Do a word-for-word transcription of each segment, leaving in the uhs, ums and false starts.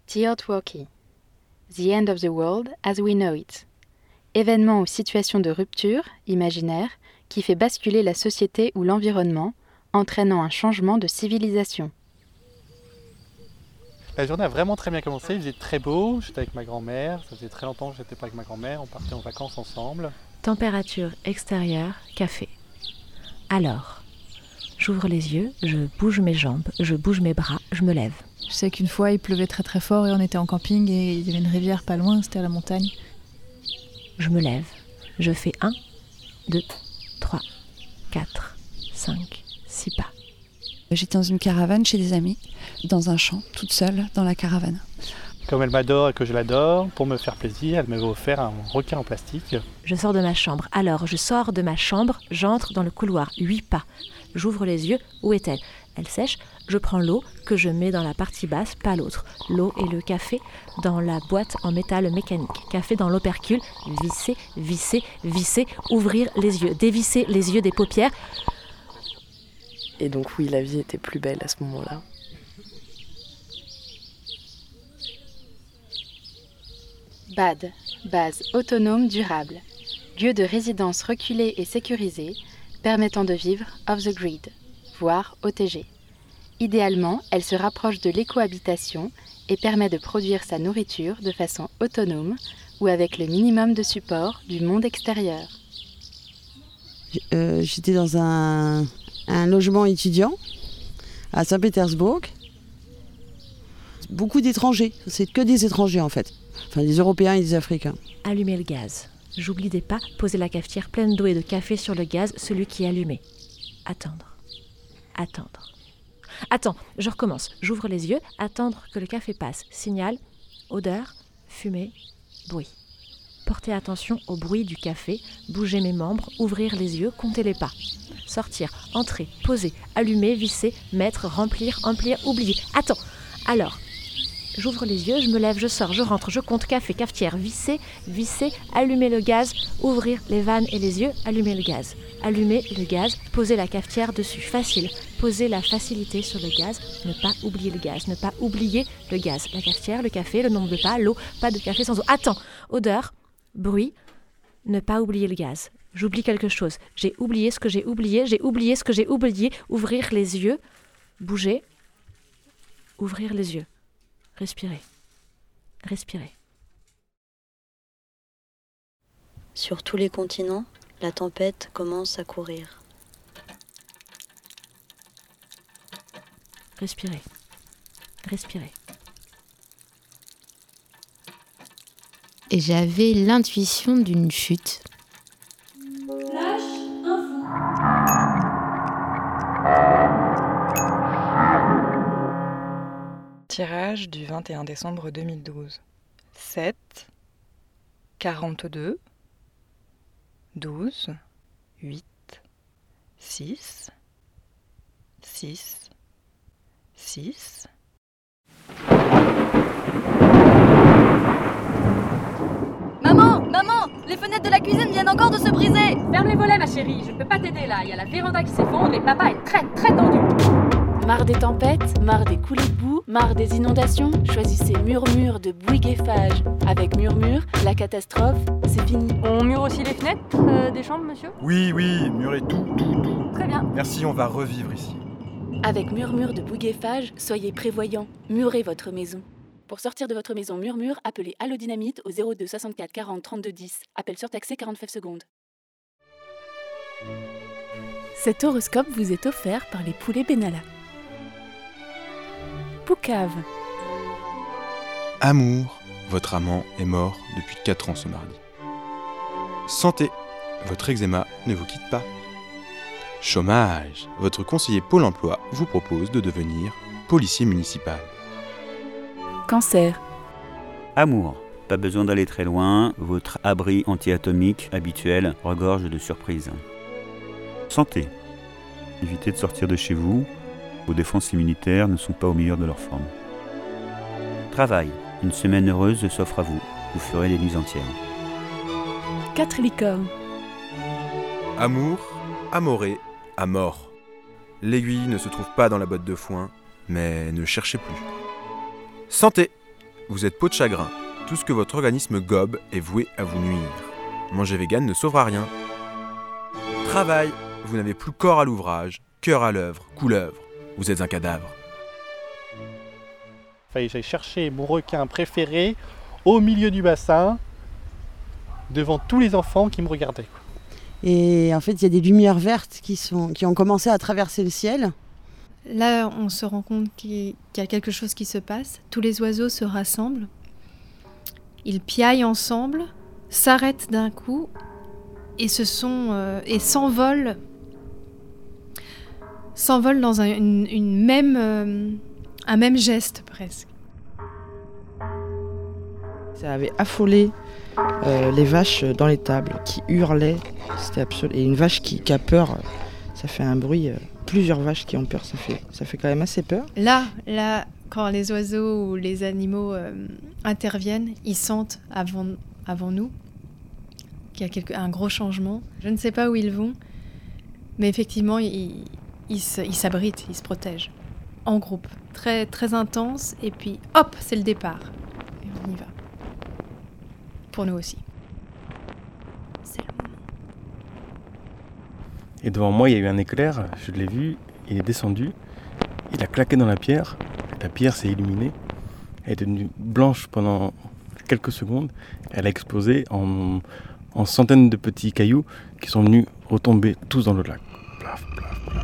Teotwoki. The End of the World as We Know It. Événement ou situation de rupture, imaginaire, qui fait basculer la société ou l'environnement, entraînant un changement de civilisation. La journée a vraiment très bien commencé, il faisait très beau, j'étais avec ma grand-mère, ça faisait très longtemps que j'étais pas avec ma grand-mère, on partait en vacances ensemble. Température extérieure, café. Alors, j'ouvre les yeux, je bouge mes jambes, je bouge mes bras, je me lève. Je sais qu'une fois il pleuvait très très fort et on était en camping et il y avait une rivière pas loin, c'était à la montagne. Je me lève, je fais un, deux, trois, quatre, cinq, six pas. J'étais dans une caravane chez des amis, dans un champ, toute seule, dans la caravane. Comme elle m'adore et que je l'adore, pour me faire plaisir, elle m'avait offert un requin en plastique. Je sors de ma chambre. Alors, je sors de ma chambre, j'entre dans le couloir, huit pas. J'ouvre les yeux, où est-elle ? Elle sèche, je prends l'eau que je mets dans la partie basse, pas l'autre. L'eau et le café dans la boîte en métal mécanique. Café dans l'opercule, visser, visser, visser, ouvrir les yeux, dévisser les yeux des paupières. Et donc oui, la vie était plus belle à ce moment-là. B A D, base autonome durable. Lieu de résidence reculé et sécurisé, permettant de vivre off the grid, voire O T G. Idéalement, elle se rapproche de l'écohabitation et permet de produire sa nourriture de façon autonome ou avec le minimum de support du monde extérieur. Euh, j'étais dans un, un logement étudiant à Saint-Pétersbourg. Beaucoup d'étrangers, c'est que des étrangers en fait. Enfin des Européens et des Africains. Allumer le gaz. J'oublie des pas, poser la cafetière pleine d'eau et de café sur le gaz, celui qui est allumé. Attendre. Attendre. Attends, je recommence. J'ouvre les yeux, attendre que le café passe. Signal, odeur, fumée, bruit. Porter attention au bruit du café, bouger mes membres, ouvrir les yeux, compter les pas. Sortir, entrer, poser, allumer, visser, mettre, remplir, emplir, oublier. Attends, alors... J'ouvre les yeux, je me lève, je sors, je rentre, je compte café, cafetière, visser, visser, allumer le gaz, ouvrir les vannes et les yeux, allumer le gaz. Allumer le gaz, poser la cafetière dessus, facile. Poser la facilité sur le gaz, ne pas oublier le gaz, ne pas oublier le gaz. La cafetière, le café, le nombre de pas, l'eau, pas de café sans eau. Attends, odeur, bruit, ne pas oublier le gaz. J'oublie quelque chose, j'ai oublié ce que j'ai oublié, j'ai oublié ce que j'ai oublié, ouvrir les yeux, bouger, ouvrir les yeux. Respirez. Respirez. Sur tous les continents, la tempête commence à courir. Respirez. Respirez. Et j'avais l'intuition d'une chute. Flash info. Tirage du vingt et un décembre deux mille douze. sept, quarante-deux, douze, huit, six, six, six. Maman, maman, les fenêtres de la cuisine viennent encore de se briser. Ferme les volets ma chérie, je ne peux pas t'aider là, il y a la véranda qui s'effondre et papa est très très tendu. Marre des tempêtes, marre des coulées de boue, marre des inondations, choisissez Murmure de Bouygues Eiffage. Avec Murmure, la catastrophe, c'est fini. On mure aussi les fenêtres euh, des chambres, monsieur ? Oui, oui, murer tout, tout, tout. Très bien. Merci, on va revivre ici. Avec Murmure de Bouygues Eiffage, soyez prévoyants, murez votre maison. Pour sortir de votre maison Murmure, appelez Allo Dynamite au zéro deux soixante-quatre quarante trente-deux dix. Appel surtaxé quarante-neuf secondes. Cet horoscope vous est offert par les poulets Benalla. Poucave. Amour, votre amant est mort depuis quatre ans ce mardi. Santé, votre eczéma ne vous quitte pas. Chômage, votre conseiller Pôle emploi vous propose de devenir policier municipal. Cancer. Amour, pas besoin d'aller très loin, votre abri anti-atomique habituel regorge de surprises. Santé, évitez de sortir de chez vous, vos défenses immunitaires ne sont pas au meilleur de leur forme. Travail, une semaine heureuse s'offre à vous, vous ferez des nuits entières. Quatre licornes. Amour, amoré, à mort. L'aiguille ne se trouve pas dans la botte de foin, mais ne cherchez plus. Santé, vous êtes peau de chagrin. Tout ce que votre organisme gobe est voué à vous nuire. Manger vegan ne sauvera rien. Travail, vous n'avez plus corps à l'ouvrage, cœur à l'œuvre, couleuvre. Vous êtes un cadavre. Fallait que j'aille chercher mon requin préféré au milieu du bassin, devant tous les enfants qui me regardaient. Et en fait, il y a des lumières vertes qui, sont, qui ont commencé à traverser le ciel. Là, on se rend compte qu'il y a quelque chose qui se passe. Tous les oiseaux se rassemblent. Ils piaillent ensemble, s'arrêtent d'un coup et se sont euh, et s'envolent, s'envolent dans un, une, une même, euh, un même geste presque. Ça avait affolé euh, les vaches dans l'étable qui hurlaient. C'était absolu. Et une vache qui, qui a peur, ça fait un bruit. Euh, plusieurs vaches qui ont peur, ça fait, ça fait quand même assez peur. Là, là. Quand les oiseaux ou les animaux euh, interviennent, ils sentent avant, avant nous qu'il y a quelque, un gros changement. Je ne sais pas où ils vont, mais effectivement, ils, ils, se, ils s'abritent, ils se protègent. En groupe, très, très intense, et puis hop, c'est le départ. Et on y va. Pour nous aussi. C'est le moment. Et devant moi, il y a eu un éclair, je l'ai vu, il est descendu, il a claqué dans la pierre. La pierre s'est illuminée, elle est devenue blanche pendant quelques secondes, elle a explosé en, en centaines de petits cailloux qui sont venus retomber tous dans le lac. Plaf, plaf, plaf.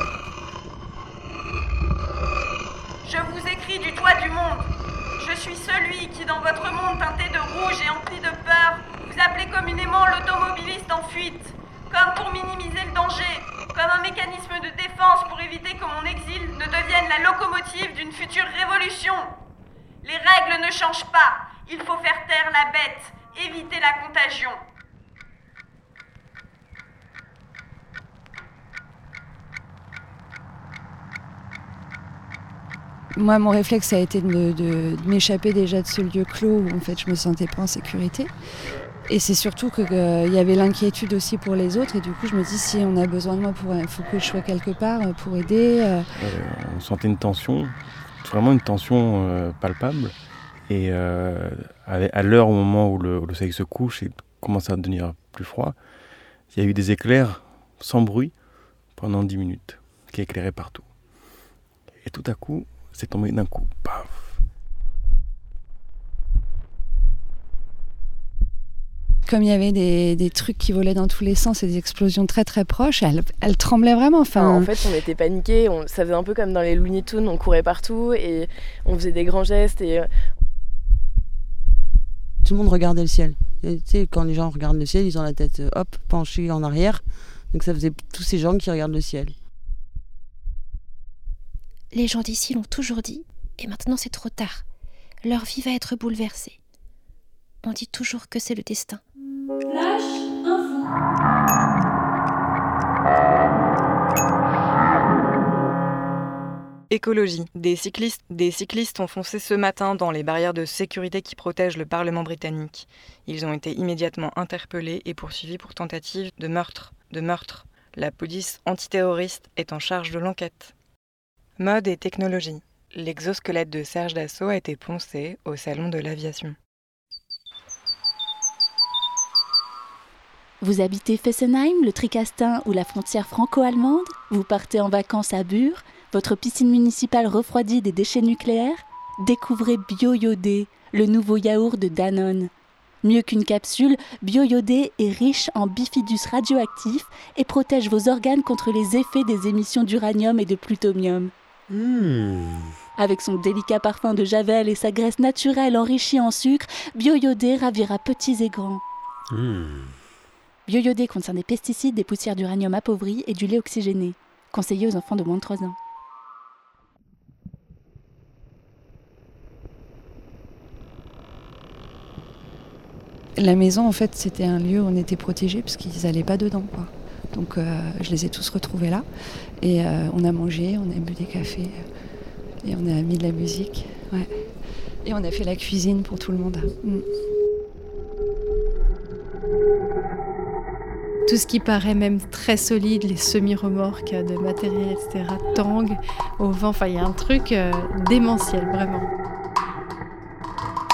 Je vous écris du toit du monde. Je suis celui qui, dans votre monde teinté de rouge et empli de peur, vous appelez communément l'automobiliste en fuite, comme pour minimiser le danger. Comme un mécanisme de défense pour éviter que mon exil ne devienne la locomotive d'une future révolution. Les règles ne changent pas. Il faut faire taire la bête, éviter la contagion. Moi, mon réflexe a été de, de, de m'échapper déjà de ce lieu clos où en fait, je me sentais pas en sécurité. Et c'est surtout qu'il euh, y avait l'inquiétude aussi pour les autres. Et du coup, je me dis, si on a besoin de moi, il faut que je sois quelque part pour aider. Euh. Euh, on sentait une tension, vraiment une tension euh, palpable. Et euh, à, à l'heure, au moment où le, où le soleil se couche et commence à devenir plus froid, il y a eu des éclairs sans bruit pendant dix minutes, qui éclairaient partout. Et tout à coup, c'est tombé d'un coup. Paf! Comme il y avait des, des trucs qui volaient dans tous les sens et des explosions très très proches, elle, elle tremblait vraiment. Enfin... En fait, on était paniqués, on, ça faisait un peu comme dans les Looney Tunes, on courait partout et on faisait des grands gestes. Et... Tout le monde regardait le ciel. Et, tu sais, quand les gens regardent le ciel, ils ont la tête hop, penchée en arrière. Donc ça faisait tous ces gens qui regardent le ciel. Les gens d'ici l'ont toujours dit, et maintenant c'est trop tard. Leur vie va être bouleversée. On dit toujours que c'est le destin. Flash info. Écologie. Des cyclistes, des cyclistes ont foncé ce matin dans les barrières de sécurité qui protègent le Parlement britannique. Ils ont été immédiatement interpellés et poursuivis pour tentative de meurtre. De meurtre. La police antiterroriste est en charge de l'enquête. Mode et technologie. L'exosquelette de Serge Dassault a été poncé au salon de l'aviation. Vous habitez Fessenheim, le Tricastin ou la frontière franco-allemande? Vous partez en vacances à Bure? Votre piscine municipale refroidit des déchets nucléaires? Découvrez BioYodé, le nouveau yaourt de Danone. Mieux qu'une capsule, BioYodé est riche en bifidus radioactif et protège vos organes contre les effets des émissions d'uranium et de plutonium. Mmh. Avec son délicat parfum de javel et sa graisse naturelle enrichie en sucre, BioYodé ravira petits et grands. Mmh. BioYodé contient des pesticides, des poussières d'uranium appauvries et du lait oxygéné. Conseillé aux enfants de moins de trois ans. La maison, en fait, c'était un lieu où on était protégés parce qu'ils n'allaient pas dedans, quoi. Donc, euh, je les ai tous retrouvés là. Et euh, on a mangé, on a bu des cafés. Et on a mis de la musique. Ouais. Et on a fait la cuisine pour tout le monde. Mm. Tout ce qui paraît même très solide, les semi-remorques de matériel, et cetera, tanguent au vent. Enfin, il y a un truc euh, démentiel, vraiment.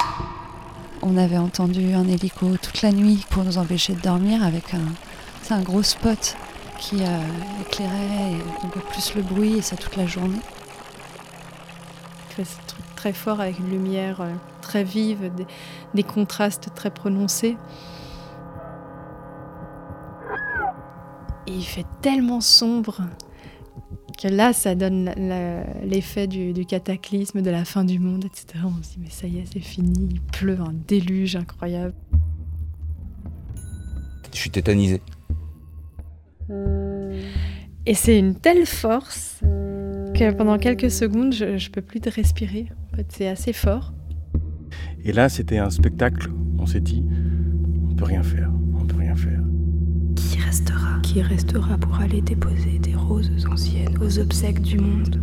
On avait entendu un hélico toute la nuit pour nous empêcher de dormir avec un, c'est un gros spot qui euh, éclairait et donc plus le bruit et ça toute la journée. C'est très fort avec une lumière euh, très vive, des, des contrastes très prononcés. Et il fait tellement sombre que là, ça donne la, la, l'effet du, du cataclysme, de la fin du monde, et cetera. On se dit, mais ça y est, c'est fini, il pleut un déluge incroyable. Je suis tétanisé. Et c'est une telle force que pendant quelques secondes, je ne peux plus de respirer. En fait, c'est assez fort. Et là, c'était un spectacle. On s'est dit, on peut rien faire, on peut rien faire. Qui restera Qui restera pour aller déposer des roses anciennes aux obsèques du monde?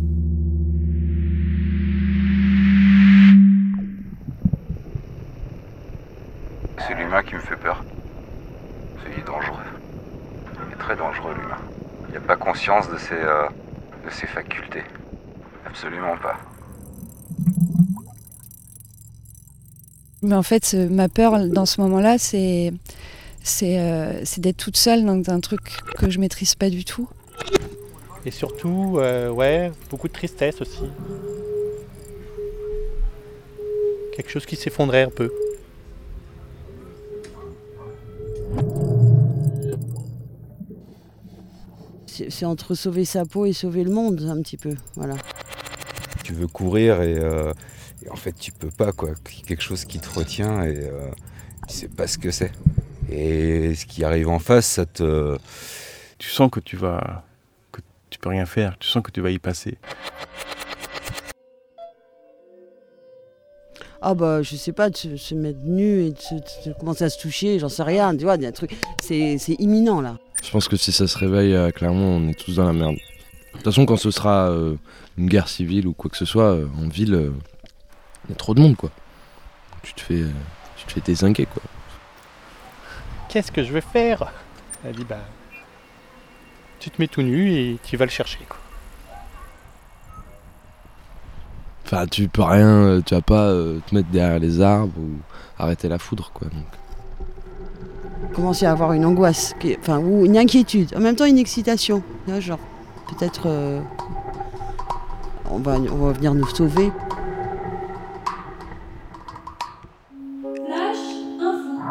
C'est l'humain qui me fait peur. C'est dangereux. Il est très dangereux, l'humain. Il n'a pas conscience de ses, euh, de ses facultés. Absolument pas. Mais en fait, ma peur dans ce moment-là, c'est, c'est, euh, c'est d'être toute seule dans un truc que je maîtrise pas du tout. Et surtout, euh, ouais, beaucoup de tristesse aussi. Quelque chose qui s'effondrait un peu. C'est, c'est entre sauver sa peau et sauver le monde, un petit peu, voilà. Tu veux courir et, euh, et en fait tu peux pas, quoi. Quelque chose qui te retient et euh, tu sais pas ce que c'est. Et ce qui arrive en face, ça te... Tu sens que tu vas... que tu peux rien faire, tu sens que tu vas y passer. Ah bah je sais pas, de se, se mettre nu et de, se, de commencer à se toucher, j'en sais rien, tu vois, il y a un truc, c'est, c'est imminent là. Je pense que si ça se réveille, euh, clairement on est tous dans la merde. De toute façon quand ce sera euh, une guerre civile ou quoi que ce soit, euh, en ville, il euh, y a trop de monde quoi. Tu te fais, euh, tu te fais dézinguer quoi. Qu'est-ce que je vais faire? Elle dit bah tu te mets tout nu et tu vas le chercher quoi. Enfin, tu peux rien, tu vas pas euh, te mettre derrière les arbres ou arrêter la foudre, quoi. Donc. Commencer à avoir une angoisse, qui est, enfin, ou une inquiétude, en même temps une excitation. Là, genre, peut-être, euh, on va, on va venir nous sauver. Flash info.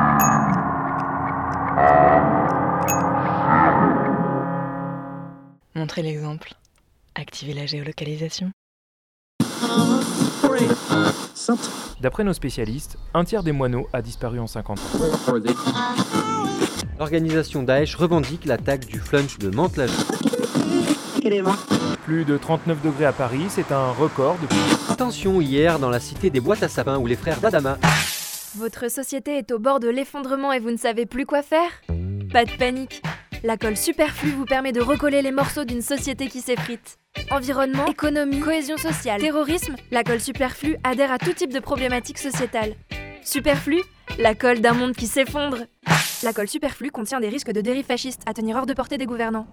Montrez l'exemple. Activez la géolocalisation. D'après nos spécialistes, un tiers des moineaux a disparu en cinquante ans. L'organisation Daesh revendique l'attaque du flunch de Mantes-la-Jolie. Plus de trente-neuf degrés à Paris, c'est un record depuis... Tension hier dans la cité des boîtes à sapins où les frères d'Adama... Votre société est au bord de l'effondrement et vous ne savez plus quoi faire? Pas de panique. La colle Superflu vous permet de recoller les morceaux d'une société qui s'effrite. Environnement, économie, cohésion sociale, terrorisme, la colle Superflu adhère à tout type de problématiques sociétales. Superflu, la colle d'un monde qui s'effondre. La colle Superflu contient des risques de dérive fasciste à tenir hors de portée des gouvernants.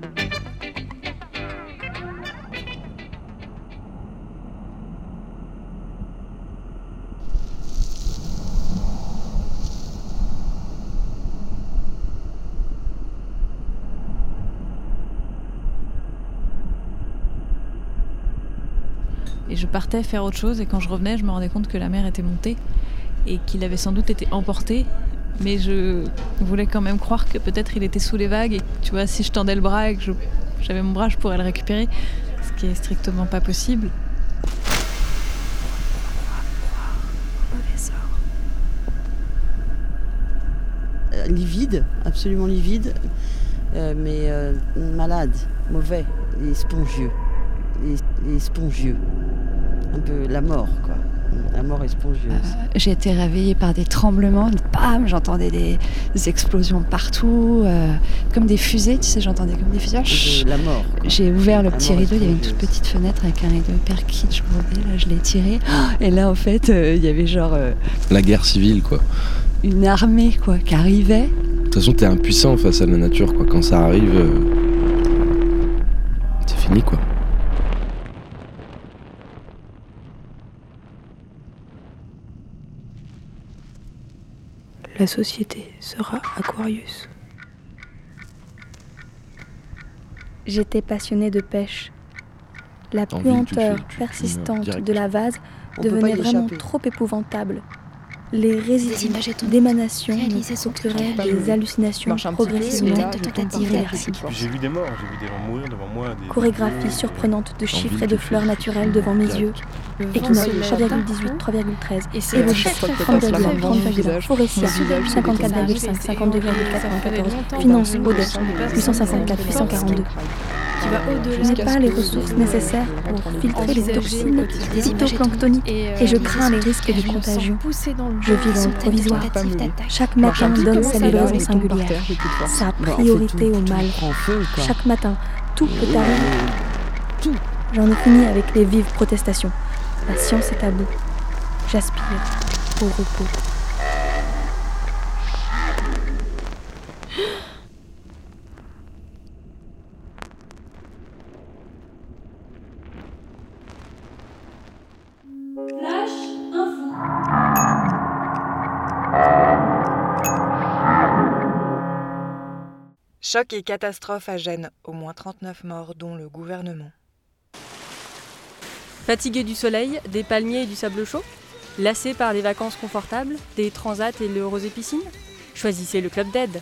Et je partais faire autre chose et quand je revenais, je me rendais compte que la mer était montée et qu'il avait sans doute été emporté. Mais je voulais quand même croire que peut-être il était sous les vagues et tu vois, si je tendais le bras et que je, j'avais mon bras, je pourrais le récupérer, ce qui est strictement pas possible. Mauvais sort. Euh, livide, absolument livide, euh, mais euh, malade, mauvais, et spongieux. Les, les spongieux, un peu la mort quoi, la mort est spongieuse. Euh, j'ai été réveillée par des tremblements, bam, j'entendais des, des explosions partout, euh, comme des fusées, tu sais, j'entendais comme des fusées. De la mort. Quoi. J'ai ouvert le la petit rideau, il y avait une toute petite fenêtre avec un rideau hyper kitsch, là je l'ai tiré, et là en fait euh, il y avait genre... Euh, la guerre civile quoi. Une armée quoi, qui arrivait. De toute façon t'es impuissant face à la nature quoi, quand ça arrive, euh, c'est fini quoi. La société sera Aquarius. J'étais passionnée de pêche. La En ville, puanteur tu te fais- tu- tu persistante meurs direct. de la vase On devenait peut pas y vraiment échapper. trop épouvantable. Les résidus d'émanation me procuraient des hallucinations progressivement irréversibles. J'ai vu des morts, j'ai vu des gens mourir devant moi. Des... Chorégraphie surprenante de chiffres ville, et de tu fleurs fais- naturelles devant mes yeux. Le Équinoxe vent se trois virgule lève. dix-huit, trois virgule treize. Et c'est Évolution très, très trente fort. virgule un, trente virgule un. Forestia cinquante-quatre virgule cinq, cinquante-deux virgule quatre-vingt-quatorze. Finance Odette huit cent cinquante-quatre, huit cent quarante-deux. Qui va au-delà Je n'ai de pas ce les que ressources nous nécessaires pour filtrer les envisager toxines au quotidien. phytoplanctoniques Et, euh, et je les crains les esprits risques de qui sont contagion. poussés dans le Je vis dans le dos, provisoire. tentatives d'attaque. Chaque Marche un matin petit donne peu, sa ça va, livraison mais tombe par singulière. terre, de toute façon. Sa Bah, en fait, priorité tout- au tout mal. prend feu, quoi. Chaque matin, tout peut arriver. Tout. J'en ai fini avec les vives protestations. La science est à bout. J'aspire au repos. Flash info. Choc et catastrophe à Gênes, au moins trente-neuf morts, dont le gouvernement. Fatigué du soleil, des palmiers et du sable chaud? Lassé par les vacances confortables, des transats et le rosé piscine? Choisissez le Club d'Aide.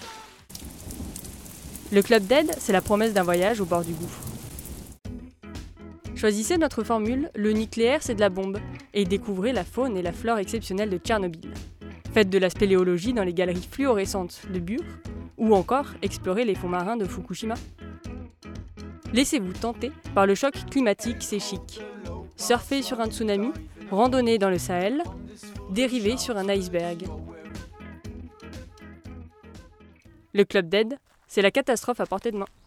Le Club d'Aide, c'est la promesse d'un voyage au bord du gouffre. Choisissez notre formule, le nucléaire c'est de la bombe, et découvrez la faune et la flore exceptionnelle de Tchernobyl. Faites de la spéléologie dans les galeries fluorescentes de Bure, ou encore explorez les fonds marins de Fukushima. Laissez-vous tenter par le choc climatique, c'est chic. Surfez sur un tsunami, randonnez dans le Sahel, dérivez sur un iceberg. Le Club d'Aide, c'est la catastrophe à portée de main.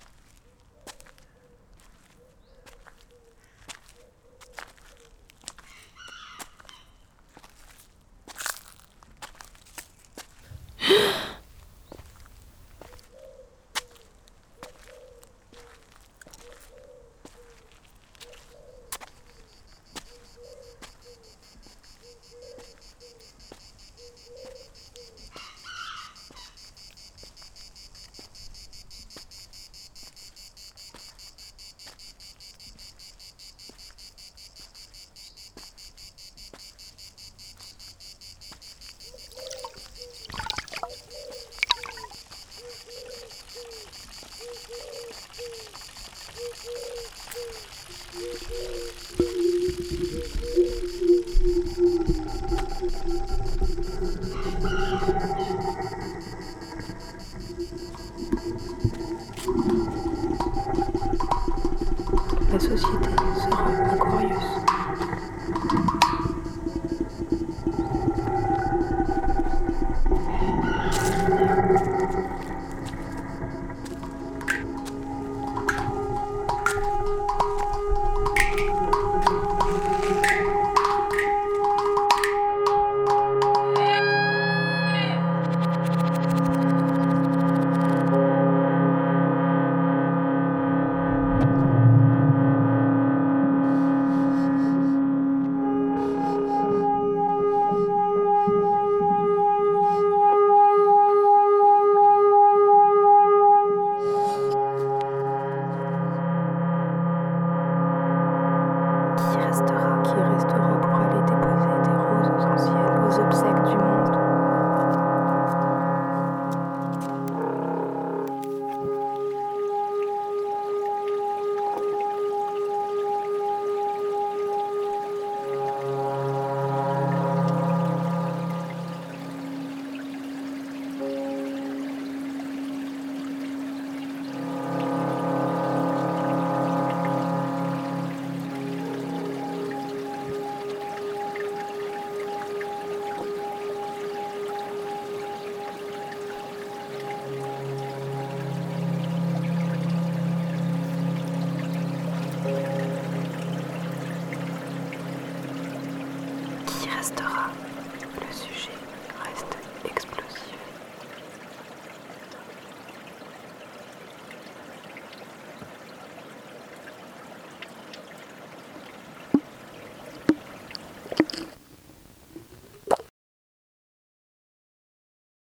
La société sera Aquarius. Qui restera, qui restera pour aller déposer des roses au ciel aux obsèques du monde. Qui restera.